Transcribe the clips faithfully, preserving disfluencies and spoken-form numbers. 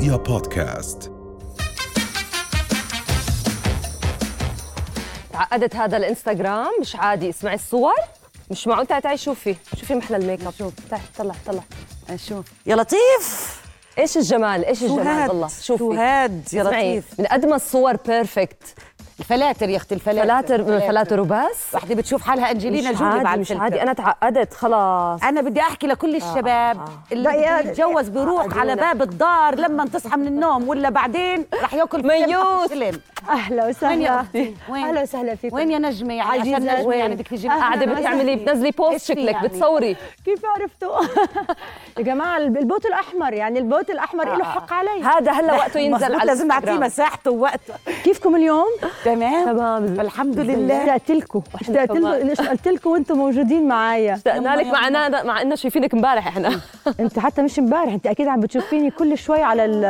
رؤيا بودكاست. تعقدت هذا الانستغرام مش عادي. اسمعي الصور مش معقول. تعي تعي شوفي شوفي محل الميك اب. شوف تعي طلع طلع شوف يا لطيف. ايش الجمال ايش الجمال والله. شوفي شو هاد يا لطيف. من قد ما الصور بيرفكت. الفلاتر يا اختي الفلاتر فلاتر فلاتر وبس. وحده بتشوف حالها انجلينا مش جولي عادي بعد مش الفلتر. عادي. انا تعقدت خلاص. انا بدي احكي لكل الشباب آه. آه. اللي بيتجوز بيروح على باب الدار لما تصحى من النوم ولا بعدين رح ياكل ميوت. اهلا وسهلا. وين اهلا وسهلا فيكم. وين يا نجمه يعني عشان نجمه يعني بدك تيجي قاعده بتعملي بتنزلي بوست شكلك يعني. بتصوري كيف عرفتوا؟ يا جماعه البوت الاحمر يعني البوت الاحمر له حق علي. هذا هلا وقته ينزل على لازم نعطيه مساحته ووقته. كيفكم اليوم؟ تمام تمام الحمد لله. اشتقت لكم اشتقت لكم اشتقت لكم وانتم موجودين معايا. اشتقنا لك معنا مع انه شايفينك امبارح احنا. انت حتى مش امبارح انت اكيد عم بتشوفيني كل شوي على ال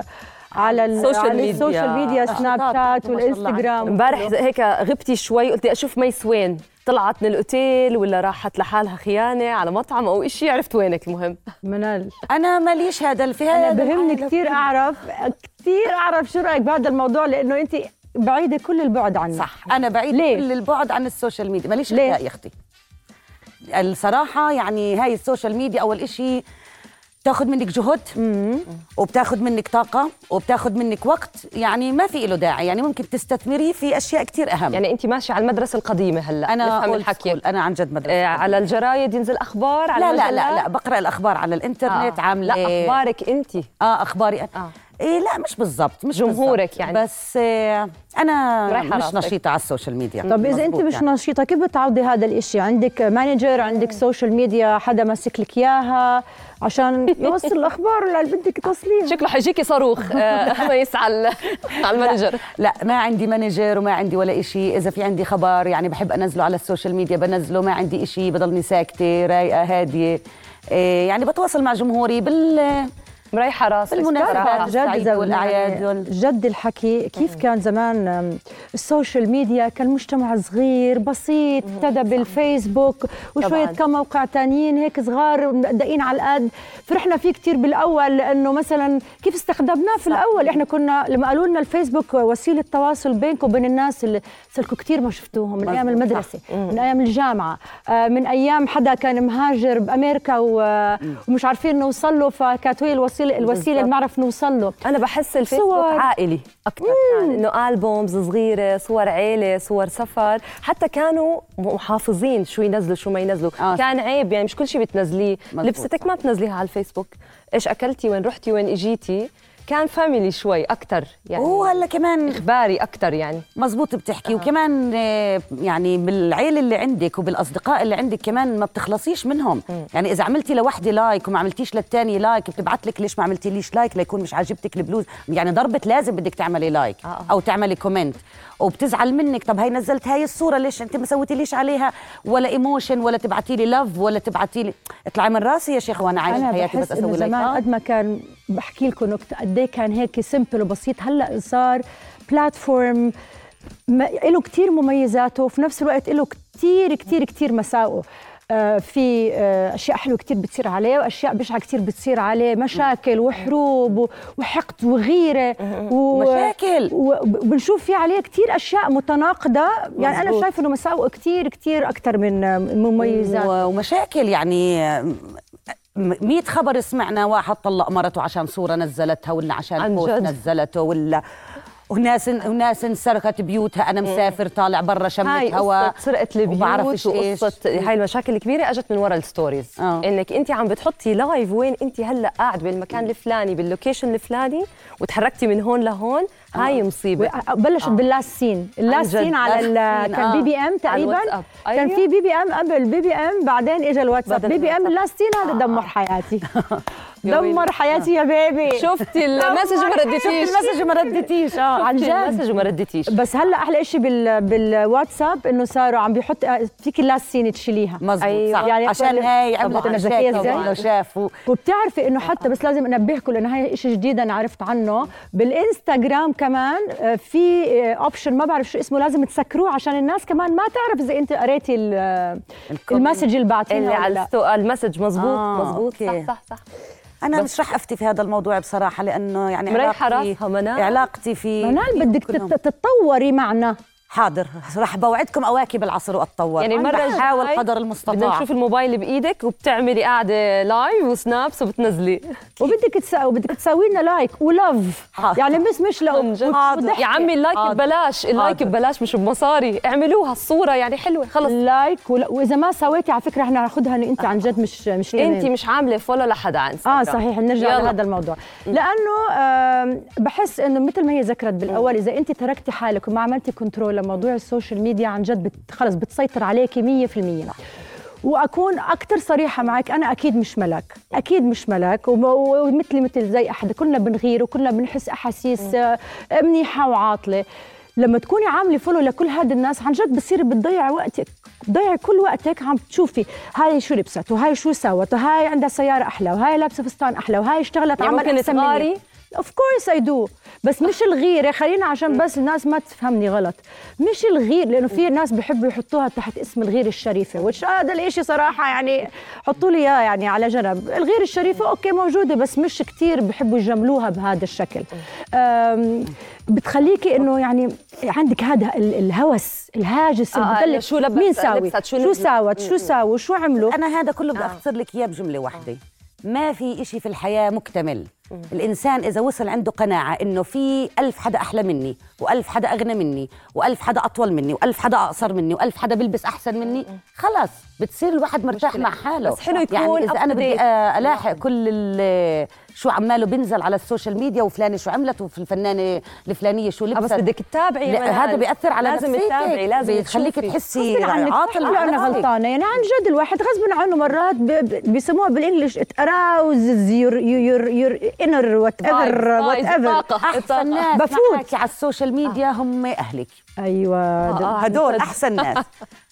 على السوشيال ميديا, السوشيال ميديا سناب شات والانستغرام. امبارح هيك غبتي شوي قلتي اشوف ميس وين طلعت من الاوتيل ولا راحت لحالها خيانه على مطعم او شيء. عرفت وينك. المهم منال انا ماليش هذا الفهم. انا بهمني كثير اعرف كثير اعرف شو رايك بهذا الموضوع لانه انت بعيده كل البعد عني. صح انا بعيده كل البعد عن السوشيال ميديا. ماليش اخلاق يا اختي الصراحه. يعني هاي السوشيال ميديا اول إشي بتاخذ منك جهد وبتاخذ منك طاقه وبتاخذ منك وقت. يعني ما في له داعي. يعني ممكن تستثمري في اشياء كتير اهم. يعني انت ماشيه على المدرسه القديمه هلا. انا الحكي انا عن جد مدرسه آه على الجرايد ينزل اخبار على لا لا لا لا بقرا الاخبار على الانترنت. آه. عامله لا اخبارك انت. اه اخباري آه. إيه لا مش بالضبط مش جمهورك بالزبط. يعني. بس آه انا مش راسك. نشيطه على السوشيال ميديا. طب اذا انت مش يعني. نشيطه كيف بتعوضي هذا الاشي؟ عندك مانجر عندك سوشيال ميديا حدا ماسك لك اياها عشان يوصل الاخبار اللي بدك توصليها؟ شكله حيجيكي صاروخ ما يسعى على المانجر. لا, لا ما عندي مانجر وما عندي ولا إشي. اذا في عندي خبر يعني بحب انزله على السوشيال ميديا بنزله. ما عندي إشي بضلني ساكته رايقه هاديه. إيه يعني بتواصل مع جمهوري بال مريحة راسك بالمناسبات السعيدة والأعياد وال... جد الحكي كيف كان زمان السوشيال ميديا. كان مجتمع صغير بسيط ابتدى بالفيسبوك وشوية كم موقع تانيين هيك صغار مدقين على القد. فرحنا فيه كتير بالأول لأنه مثلا كيف استخدمناه في الأول. إحنا كنا لما قالوا لنا الفيسبوك وسيلة تواصل بينكم وبين الناس اللي سلكوا كتير ما شفتوهم من أيام المدرسة من أيام الجامعة من أيام حدا كان مهاجر بأمريكا ومش عارفين نوصل له فكانت هي الوسيلة الوسيله اللي بنعرف نوصل له. انا بحس الفيسبوك صور. عائلي اكثر. كان انه البومز صغيره صور عيله صور سفر. حتى كانوا محافظين شو ينزلوا شو ما ينزلوا. آه. كان عيب يعني مش كل شيء بتنزليه. لبستك ما بتنزليها على الفيسبوك. ايش اكلتي وين رحتي وين اجيتي. كان فاميلي شوي اكثر يعني. وهلا كمان اخباري اكثر يعني. مزبوط بتحكي. آه. وكمان يعني بالعيله اللي عندك وبالاصدقاء اللي عندك كمان ما بتخلصيش منهم. م. يعني اذا عملتي لوحدي لايك وما عملتيش للثاني لايك بتبعت لك ليش ما عملتي ليش لايك ليكون مش عاجبتك البلوز. يعني ضربه لازم بدك تعملي لايك آه. او تعملي كومنت وبتزعل منك. طب هي نزلت هاي الصوره ليش انت ما سويتي ليش عليها ولا ايموشن ولا تبعتي لي لاف ولا تبعتي لي. اطلعي من راسي يا شيخ وانا عايشه حياتي بس اسوي لايك. زمان قد ما كان بحكي لكم قد ايه كان هيك سمبل وبسيط. هلا صار بلاتفورم له كتير مميزاته وفي نفس الوقت له كتير كتير كتير مساوئ. آه في آه اشياء حلوه كتير بتصير عليه واشياء بشعه كتير بتصير عليه. مشاكل وحروب وحقد وغيره ومشاكل وبنشوف في عليه كتير اشياء متناقضه. يعني انا شايفه انه مساوئ كتير كتير اكثر من مميزات ومشاكل. يعني مية خبر سمعنا واحد طلق مرته عشان صورة نزلتها ولا عشان بوست نزلته ولا وناس وناس انسرقت بيوتها. انا مسافر طالع برا شمت هوا سرقت البيوت وقصه. هاي المشاكل الكبيره اجت من وراء الستوريز. أوه. انك انت عم بتحطي لايف وين انت هلا قاعد بالمكان الفلاني باللوكيشن الفلاني وتحركتي من هون لهون. هاي مصيبه. بلشت باللاست سين. اللاست سين على كان آه. بي بي ام تقريبا. أيوة. كان في بي بي ام قبل بي بي ام بعدين اجى الواتساب. بي بي ام اللاست سين هذا دمر حياتي. دمر حياتي يا بيبي. شفتي المسج وما رديتيش. المسج وما رديتيش. اه عن جد المسج وما رديتيش. بس هلا احلى شيء بال بالواتساب انه صاروا عم بيحط فيك اللاست سين تشيليها. مظبوط. أيوة. يعني عشان هاي عملت انا ذكيه ازاي شافوا. وبتعرفي انه حتى بس لازم انبهكم لانه هاي شيء جديد انا عرفت عنه بالانستغرام كمان. في اوبشن ما بعرف شو اسمه لازم تسكروه عشان الناس كمان ما تعرف اذا انت قريتي المسج اللي بعتينها اللي على المسج. مزبوط. آه. مزبوط. صح صح صح. انا مش رح افتي في هذا الموضوع بصراحه، لانه يعني مريحه راسها منال. علاقتي في منال بدك تتطوري معنا. حاضر، رح بوعدكم اواكب العصر واتطور. يعني المره حاول قدر المستطاع. بدنا نشوف الموبايل بايدك وبتعملي قاعده لايف وسنابس وبتنزلي، وبدك تسا... وبدك تساوي لنا لايك ولاف، يعني بس مش لا. يا عمي اللايك ببلاش، اللايك ببلاش مش بمصاري، اعملوها الصوره يعني حلوه خلص لايك ولا... واذا ما سويتي على فكره احنا ناخذها انه انت عن جد مش مش انت مش عامله فولو لحدا عن انستغرام. اه صحيح، نرجع لهذا الموضوع لانه آه بحس انه مثل ما هي ذكرت بالاول، اذا انت تركتي حالك وما عملتي كنترول لموضوع السوشيال ميديا عن جد بت... خلص بتسيطر عليكي مية بالمية. واكون اكثر صريحه معك، انا اكيد مش ملاك، اكيد مش ملاك، ومثلي مثل زي احد، كلنا بنغير وكلنا بنحس احاسيس منيحه وعاطله. لما تكوني عامله فولو لكل هاد الناس عن جد بتصيري بتضيع وقتك، بتضيعي كل وقتك عم تشوفي هاي شو لبست وهاي شو سوت وهاي عندها سياره احلى وهاي لابسه فستان احلى وهاي اشتغلت يعني عمل احسن مني. اوف كورس اي دو، بس مش الغيره، خلينا عشان بس الناس ما تفهمني غلط، مش الغير، لانه في ناس بيحبوا يحطوها تحت اسم الغير الشريفه، وش هذا الاشي صراحه يعني حطوا لي اياه يعني على جنب. الغير الشريفه اوكي موجوده بس مش كتير بيحبوا يجملوها بهذا الشكل. بتخليكي انه يعني عندك هذا الهوس الهاجس اللي بضلك شو لبست مين ساوي شو, شو ساوت شو ساووا شو عملوا. انا هذا كله بدي اختصر لك اياه بجمله واحده، ما في إشي في الحياة مكتمل. الإنسان إذا وصل عنده قناعة إنه في ألف حدا أحلى مني وألف حدا أغنى مني وألف حدا أطول مني وألف حدا أقصر مني وألف حدا بيلبس أحسن مني، خلاص بتصير الواحد مرتاح مع حاله. بس حلو يكون يعني إذا أنا بدي ألاحق كل شو عماله بينزل على السوشيال ميديا وفلانة شو عملت وفي الفنانة الفلانية شو لبست، بس بدك تتابعي، هذا بيأثر على لازم تتابعي، لازم بيخليك تحسي عاطل. أنا غلطانة يعني عن جد الواحد غصبا عنه مرات بيسموها بالإنجليش it arouses your your your inner whatever whatever. أحسن ناس معك على السوشيال ميديا هم أهلك. أيوة هدول أحسن ناس.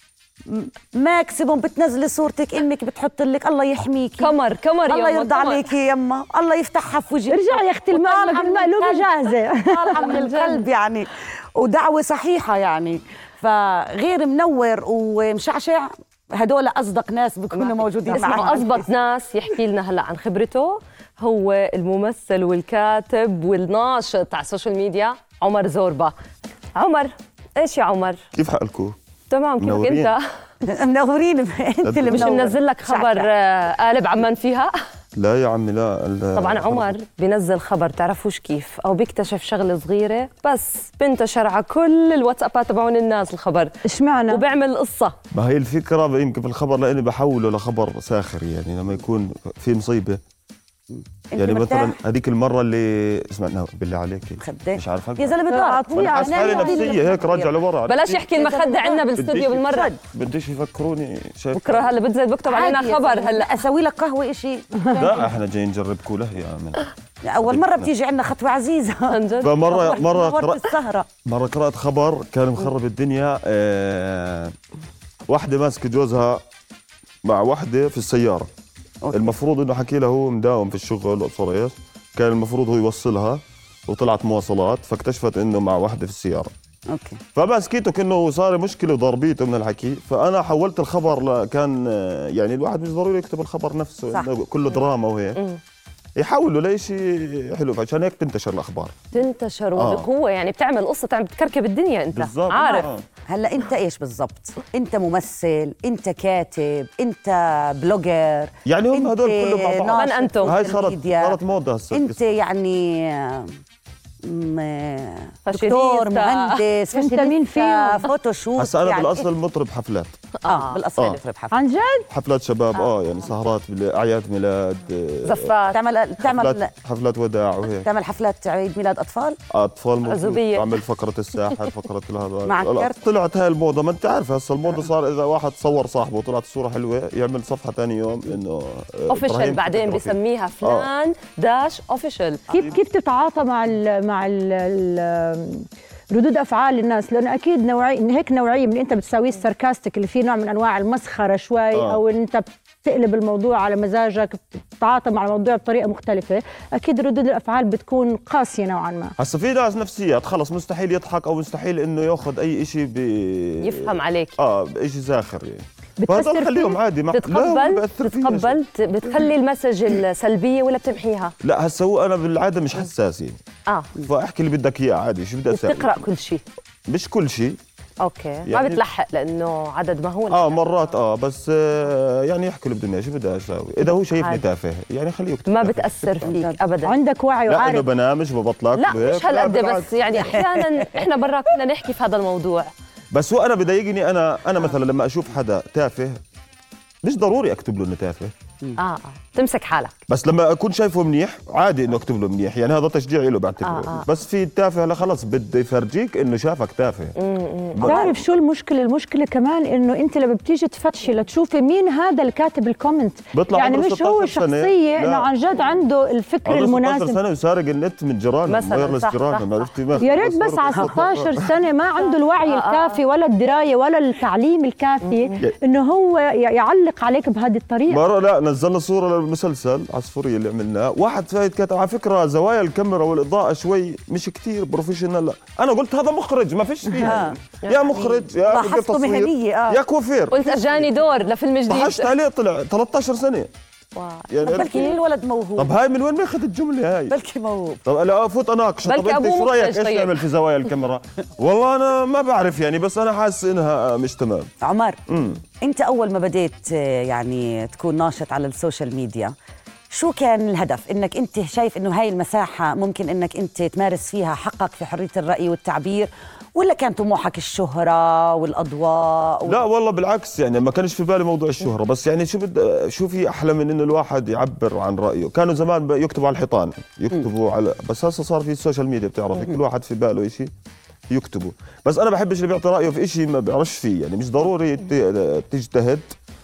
ماكسيموم بتنزلي صورتك امك بتحط لك الله يحميكي، كمر كمر الله يرضى عليكي يما، الله يفتحها في وجهك. ارجعي يا اختي المقلوبه جاهزه طالعه من القلب يعني، ودعوه صحيحه يعني. فغير منور ومشعشع هدول اصدق ناس بيكونوا موجودين معنا. اضبط ناس يحكي لنا هلا عن خبرته هو الممثل والكاتب والناشط على السوشيال ميديا عمر زوربا. عمر ايش يا عمر؟ كيف حالكم؟ تمام. كيفك انت؟ منورين. انت اللي مش منزل لك خبر قالب عمان فيها؟ لا يا عمي لا. طبعا عمر بينزل خبر تعرفوش كيف، او بيكتشف شغله صغيره بس بنتشر على كل الواتسابات تبعون الناس الخبر. اشمعنى؟ وبيعمل قصه. ما هي الفكره يمكن في الخبر لاني بحوله لخبر ساخر، يعني لما يكون في مصيبه يعني مثلا هذيك المره اللي اسمعنا بالله عليك مش عارفه يا زلمه ضاعت حالي نفسيه هيك راجع لورا. بلاش يحكي المخده عندنا بالاستوديو بالمره، بديش يفكروني شايف بكره هلا بتزيد بكتب علينا خبر. هلا اسوي لك قهوه شيء؟ لا احنا جايين نجرب كوله يا من اول مره بتيجي عندنا خطوه عزيزه. فمره مره قرأت مره قرات خبر كان مخرب الدنيا. اه واحده ماسكه جوزها مع واحده في السياره. أوكي. المفروض انه حكي له هو مداوم في الشغل وابصر ايش، كان المفروض هو يوصلها وطلعت مواصلات فاكتشفت انه مع واحده في السياره. اوكي. فمسكيته كانه صار مشكله وضربيته من الحكي، فانا حولت الخبر كان يعني الواحد مش ضروري يكتب الخبر نفسه انه كله دراما وهيك، يحولوا لشيء حلو عشان هيك تنتشر الاخبار. تنتشر وبقوه. آه. يعني بتعمل قصه تعمل بتكركب الدنيا انت بالزبط. عارف. آه. هلا انت ايش بالضبط؟ انت ممثل، انت كاتب، انت بلوجر، يعني هم هدول كلهم مع بعض. من انتم؟ هاي صارت صارت موضه هسه. انت يعني دكتور مهندس، انت مين فيهم؟ فوتوشوب. هسه انا يعني بالاصل المطرب حفلات. اه بالاصل آه. مطرب حفلات. عن جد؟ حفلات شباب اه, آه يعني سهرات باعياد ميلاد، زفات، تعمل تعمل حفلات, حفلات وداع وهيك. تعمل حفلات عيد ميلاد اطفال؟ اطفال عزوبيه، بعمل فقره الساحر فقره هذا. مع طلعت هاي الموضه، ما انت عارف هسه الموضه صار اذا واحد صور صاحبه وطلعت الصوره حلوه يعمل صفحه ثاني يوم انه اوفيشال، بعدين بيسميها فلان آه. داش اوفيشال. كيف كيف تتعاطى مع ال مع ال ردود افعال الناس؟ لانه اكيد نوعي هيك نوعيه من انت بتساويه الساركاستيك اللي فيه نوع من انواع المسخره شوي آه. او انت بتقلب الموضوع على مزاجك، بتتعاطى مع الموضوع بطريقه مختلفه، اكيد ردود الافعال بتكون قاسيه نوعا ما. هسه في ناس نفسيات خلص مستحيل يضحك او مستحيل انه ياخذ اي شيء ب... يفهم عليك اه شيء زاخر يعني. بتأثر خليهم عادي ما بتتقبل بتتقبل بتخلي المسج السلبيه ولا بتمحيها؟ لا هسه هو انا بالعاده مش حساس يعني اه فاحكي اللي بدك اياه عادي شو بدي اسوي بتقرا كل شيء مش كل شيء اوكي يعني ما يعني بتلحق لانه عدد مهول اه مرات اه بس آه يعني يحكي اللي بدهم اياه شو بدي اسوي اذا هو شايفني تافه يعني خليه يكتب ما بتاثر فيك ابدا عندك وعي لا وعارف انه بنامش ببطلك لا مش هالقد بس يعني احيانا احنا برا كنا نحكي في هذا الموضوع بس هو انا بضايقني انا انا مثلا لما اشوف حدا تافه مش ضروري اكتب له انه تافه اه اه تمسك حالك بس لما اكون شايفه منيح عادي انه اكتب له منيح يعني هذا تشجيع له بعتبره آه آه. بس في التافه لا خلص بده يفرجيك انه شافك تافه تعرف شو المشكله المشكله كمان انه انت لما بتيجي تفتشي لتشوفي مين هذا اللي كاتب الكومنت يعني مش هو شخصيه انه عن جد عنده الفكر المناسب ستة عشر سنه وسارق النت من جيرانه وايرلس جيرانه عرفتي يا ريت بس على ستة عشر سنه ما عنده الوعي الكافي ولا الدرايه ولا التعليم الكافي انه هو يعلق عليك بهذه الطريقه. مره لا نزلنا صوره للمسلسل عصفوريه اللي عملناه واحد فايت كاتب على فكره زوايا الكاميرا والاضاءه شوي مش كتير بروفيشنال انا قلت هذا مخرج ما فيش فيها يا مخرج يا لاحظته مهنيه اه يا كوافير قلت اجاني دور لفيلم جديد ضحكت عليه طلع ثلاثة عشر سنه يعني بلكي الولد موهوب. طب هاي من وين ما اخذت الجمله هاي؟ بلكي موهوب. طب لا افوت اناقش طب انت شو رايك ايش نعمل في زوايا الكاميرا؟ والله انا ما بعرف يعني بس انا حاسس انها مش تمام. عمر مم. انت اول ما بديت يعني تكون ناشط على السوشيال ميديا شو كان الهدف؟ انك انت شايف انه هاي المساحه ممكن انك انت تمارس فيها حقك في حريه الراي والتعبير ولا كان طموحك الشهرة والأضواء؟ لا والله بالعكس يعني ما كانش في بالي موضوع الشهرة بس يعني شو بد شو في أحلى من إنه الواحد يعبر عن رأيه. كانوا زمان يكتبوا على الحيطان يكتبوا م. على بس هسه صار في السوشيال ميديا بتعرفي كل واحد في باله إشي يكتبه. بس أنا بحبش اللي بيعطي رأيه في إشي ما بيعرفش فيه يعني مش ضروري تجتهد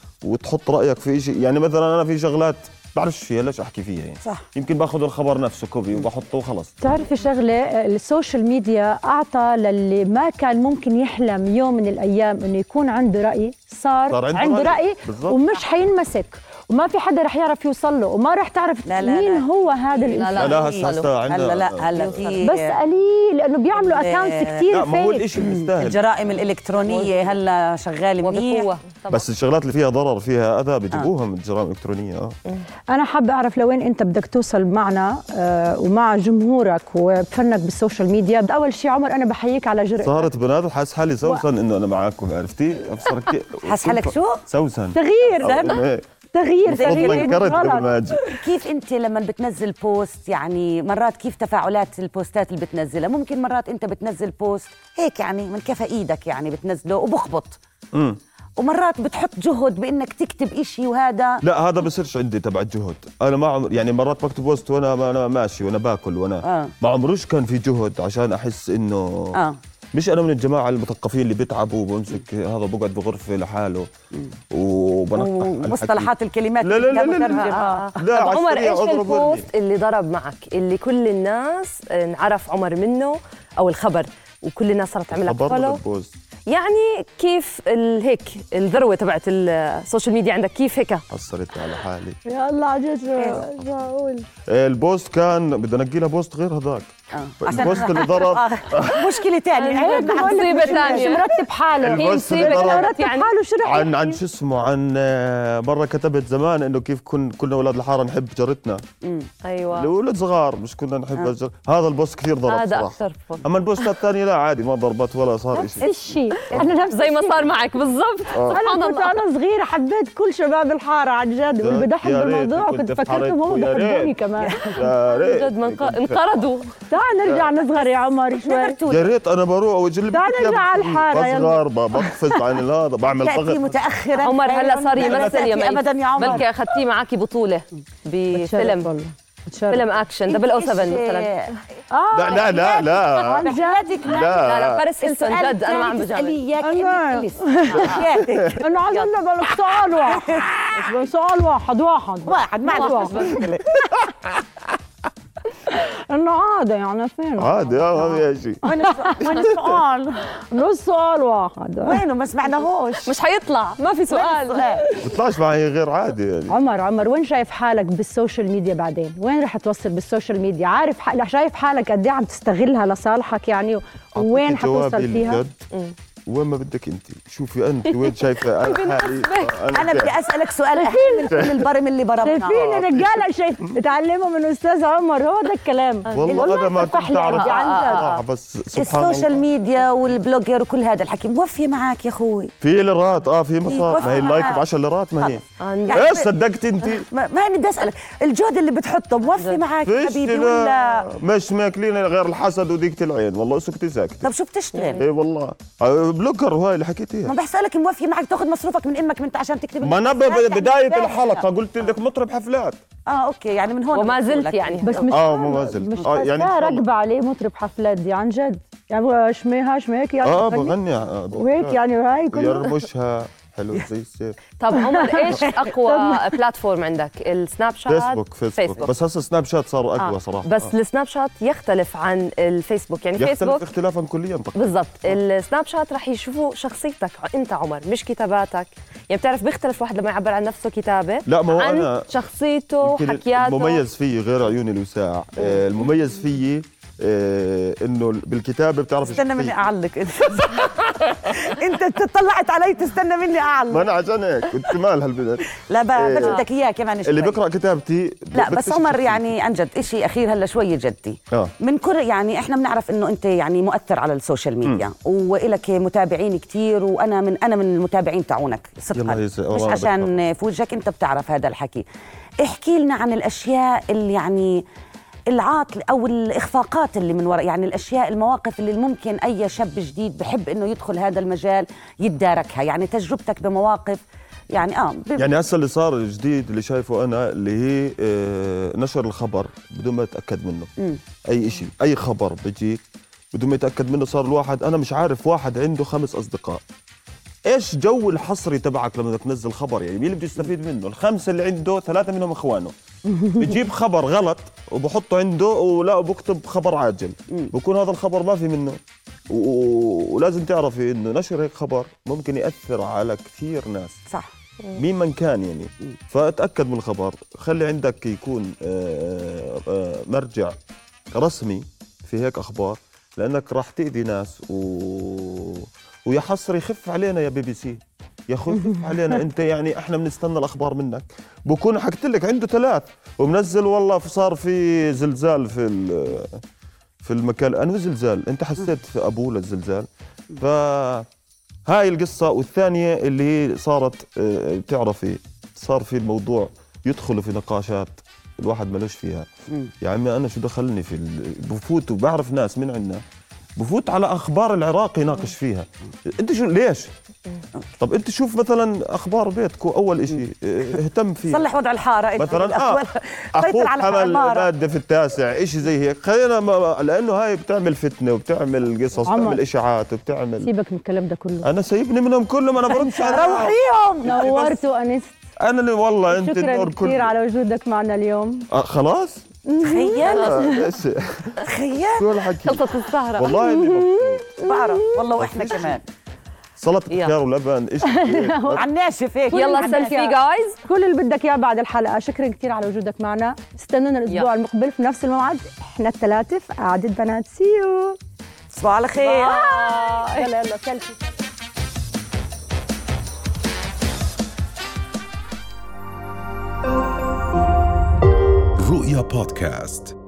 وتحط رأيك في إشي يعني مثلا أنا في شغلات بعرفش فيها ليش احكي فيها يعني صح. يمكن باخذ الخبر نفسه كوبي وبحطه وخلص. تعرفي شغله السوشيال ميديا اعطى للي ما كان ممكن يحلم يوم من الايام انه يكون عنده راي صار, صار عنده, عنده راي, رأي ومش حينمسك وما في حدا رح يعرف يوصل له وما رح تعرف لا لا مين لا هو هذا الانسان. لا لا هسه هلا لا هلا في بس قليل لانه بيعملوا اكونتس كثير لا ما هو الشيء مستاهل. الجرائم الالكترونيه هلا شغاله منيح بس الشغلات اللي فيها ضرر فيها اذى بيجيبوها من الجرائم الالكترونيه. اه انا حابه اعرف لوين انت بدك توصل معنا آه ومع جمهورك وبفنك بالسوشيال ميديا. اول شيء عمر انا بحييك على جرأتك. صارت بنات حاسس حالي سوسن انه انا معاكم عرفتي حاسس حالك شو سوسن تغيير تغيير تغيير كيف انت لما بتنزل بوست يعني مرات كيف تفاعلات البوستات اللي بتنزلها ممكن مرات انت بتنزل بوست هيك يعني من كفى ايدك يعني بتنزله وبخبط امم ومرات بتحط جهد بانك تكتب إشي وهذا لا هذا بصيرش عندي تبع الجهد. انا ما عمر يعني مرات بكتب بوست وانا انا ماشي وانا باكل وانا آه. ما عمروش كان في جهد عشان احس انه آه. مش انا من الجماعه المثقفين اللي بيتعبوا وبمسك هذا بقعد بغرفه لحاله وبنقح مصطلحات الكلمات لا لا لا لا, لا, آه. لا عمر ايش البوست اللي ضرب معك اللي كل الناس انعرف عمر منه او الخبر وكل الناس صارت تعمل لك فولو يعني كيف هيك الذروه تبعت السوشيال ميديا عندك كيف هيك حصلت على حالي يا الله عجز شو اقول البوست كان بدي انقي لها بوست غير هذاك البوست اللي ضرب مشكله ثانيه هيك مصيبه ثانيه مرتب حاله البوست اللي ضرب يعني حاله شو عن عن شو اسمه عن مره كتبت زمان انه كيف كن كنا اولاد الحاره نحب جارتنا ايوه الاولاد صغار مش كنا نحب الجار. هذا البوست كثير ضرب هذا اكثر. اما البوستات الثانيه لا عادي ما ضربت ولا صار شيء نفس الشيء انا نفس زي ما صار معك بالضبط. سبحان الله انا صغيره حبيت كل شباب الحاره عن جد واللي بضحك بالموضوع كنت فكرتهم هم بحبوني كمان جد انقرضوا. تعال نرجع نصغر يا عمر شوي. يا ريت انا بروح واجلب تعال نرجع على الحارة بصغر بقفز عن هذا بعمل ضغط. تأتي متأخرا عمر هلا صار يمثل يا مي أبدا يا عمر بلكي أخذتيه معك بطولة بفيلم فيلم اكشن دبل او سفن مثلا. لا لا لا لا عن جدك لا لا لا فارس هيلتون جد انا ما عم بجامل اياك انه عايزين بالك سؤال واحد سؤال واحد واحد واحد ما عندك انه عادي يعني فين عادي ما في شيء. وين وين السؤال؟ نص سؤال واحد وينه ما سمعناهوش مش حيطلع ما في سؤال بيطلعش معي غير عادي يعني. عمر عمر وين شايف حالك بالسوشيال ميديا بعدين؟ وين رح توصل بالسوشيال ميديا؟ عارف ح... شايف حالك قد ايه عم تستغلها لصالحك يعني وين حتوصل فيها؟ وين ما بدك انت. شوفي انت وين شايفه انا حالي. انا بدي اسالك سؤال احسن من كل البرم اللي برمناه. شايفين الرجاله شايف تعلموا من استاذ عمر، هو ده الكلام. والله انا ما كنت اعرف آه بس سبحان الله السوشيال ميديا والبلوجر وكل هذا الحكي موفي معك يا اخوي؟ في ليرات اه في مصاري. ما هي اللايك ب عشرة ليرات. ما هي ايش صدقت انت؟ ما انا بدي اسالك الجهد اللي بتحطه موفي معك حبيبي ولا مش ماكلين غير الحسد وديكة العين. والله سكتي ساكت. طب شو بتشتغل؟ اي والله بلوجر وهاي اللي حكيتيها. ما بحسألك موفي معك تاخذ مصروفك من امك من عشان تكتب. ما انا بدايه الحلقه قلت لك مطرب حفلات. اه اوكي يعني من هون وما زلت يعني بس مش اه ما زلت مش آه يعني راكبه عليه مطرب حفلات دي عن جد يعني شميها شميك يعني اه بغني آه وهيك يعني هاي كله يرمشها حلو زي السيف. طب عمر ايش اقوى بلاتفورم عندك؟ السناب شات؟ فيسبوك فيسبوك, فيسبوك. بس هسه سناب شات صار اقوى آه. صراحه. بس آه. السناب شات يختلف عن الفيسبوك يعني يختلف فيسبوك اختلافا كليا طبعا. بالضبط. السناب شات رح يشوفوا شخصيتك انت عمر مش كتاباتك. يعني بتعرف بيختلف واحد لما يعبر عن نفسه كتابه لا ما هو عن انا شخصيته حكياته. المميز فيي غير عيوني الوساع. آه المميز فيي آه انه بالكتابه بتعرف استنى مني اعلق انت طلعت علي تستنى مني اعلق. ما انا عشان هيك كنت مال هالبدل. لا بس بدك اياه كمان شوي. اللي بيقرا كتابتي لا بس عمر يعني عن جد شيء اخير هلا شوي جدي. آه. من كل يعني احنا بنعرف انه انت يعني مؤثر على السوشيال ميديا والك متابعين كثير وانا من انا من المتابعين تاعونك صدقا مش عشان في وجهك انت بتعرف هذا الحكي. احكي لنا عن الاشياء اللي يعني العاطل او الاخفاقات اللي من وراء يعني الاشياء المواقف اللي ممكن اي شاب جديد بحب انه يدخل هذا المجال يتداركها. يعني تجربتك بمواقف يعني اه يعني هسه اللي صار جديد اللي شايفه انا اللي هي آه نشر الخبر بدون ما يتاكد منه. م. اي شيء اي خبر بيجيك بدون ما يتاكد منه. صار الواحد انا مش عارف واحد عنده خمس اصدقاء ايش جو الحصري تبعك لما بدك تنزل خبر؟ يعني مين اللي بده يستفيد منه؟ الخمسه اللي عنده ثلاثه منهم اخوانه بجيب خبر غلط وبحطه عنده ولا بكتب خبر عاجل بكون هذا الخبر ما في منه. ولازم تعرفي انه نشر هيك خبر ممكن ياثر على كثير ناس صح مين من كان يعني. فاتاكد من الخبر. خلي عندك يكون مرجع رسمي في هيك اخبار لانك راح تاذي ناس و... ويا حصر يخف علينا يا بي بي سي يا اخوي خف علينا انت. يعني احنا بنستنى الاخبار منك. بكون حكيت لك عنده ثلاث ومنزل والله صار في زلزال في في المكان. انا زلزال انت حسيت في ابوه للزلزال. فهاي القصه. والثانيه اللي هي صارت بتعرفي صار في الموضوع يدخلوا في نقاشات الواحد ملوش فيها. يا عمي انا شو دخلني في بفوت وبعرف ناس من عندنا بفوت على اخبار العراق يناقش فيها. انت شو ليش؟ طب انت شوف مثلا اخبار بيتكم اول شيء اهتم فيه صلح وضع الحاره مثلا اه اخوك حمل ماده في التاسع شيء زي هيك. خلينا ما... لانه هاي بتعمل فتنه وبتعمل قصص وبتعمل اشاعات وبتعمل. سيبك من الكلام ده كله. انا سيبني منهم كلهم. انا بردش على روحيهم. نورت وانست. انا اللي والله انت شكرا كثير على وجودك معنا اليوم. آه خلاص تخيل تخيل شو الحكي خلصت السهرة والله اني مبسوط. بعرف والله واحنا كمان سلطة خيار ولبن ايش على الناشف هيك. يلا سيلفي جايز كل اللي بدك اياه بعد الحلقة. شكرا كثير على وجودك معنا. استنونا الاسبوع المقبل في نفس الموعد. احنا الثلاثة في قعدة بنات. سيو تصبحوا على خير. يلا يلا سيلفي. رؤيا بودكاست.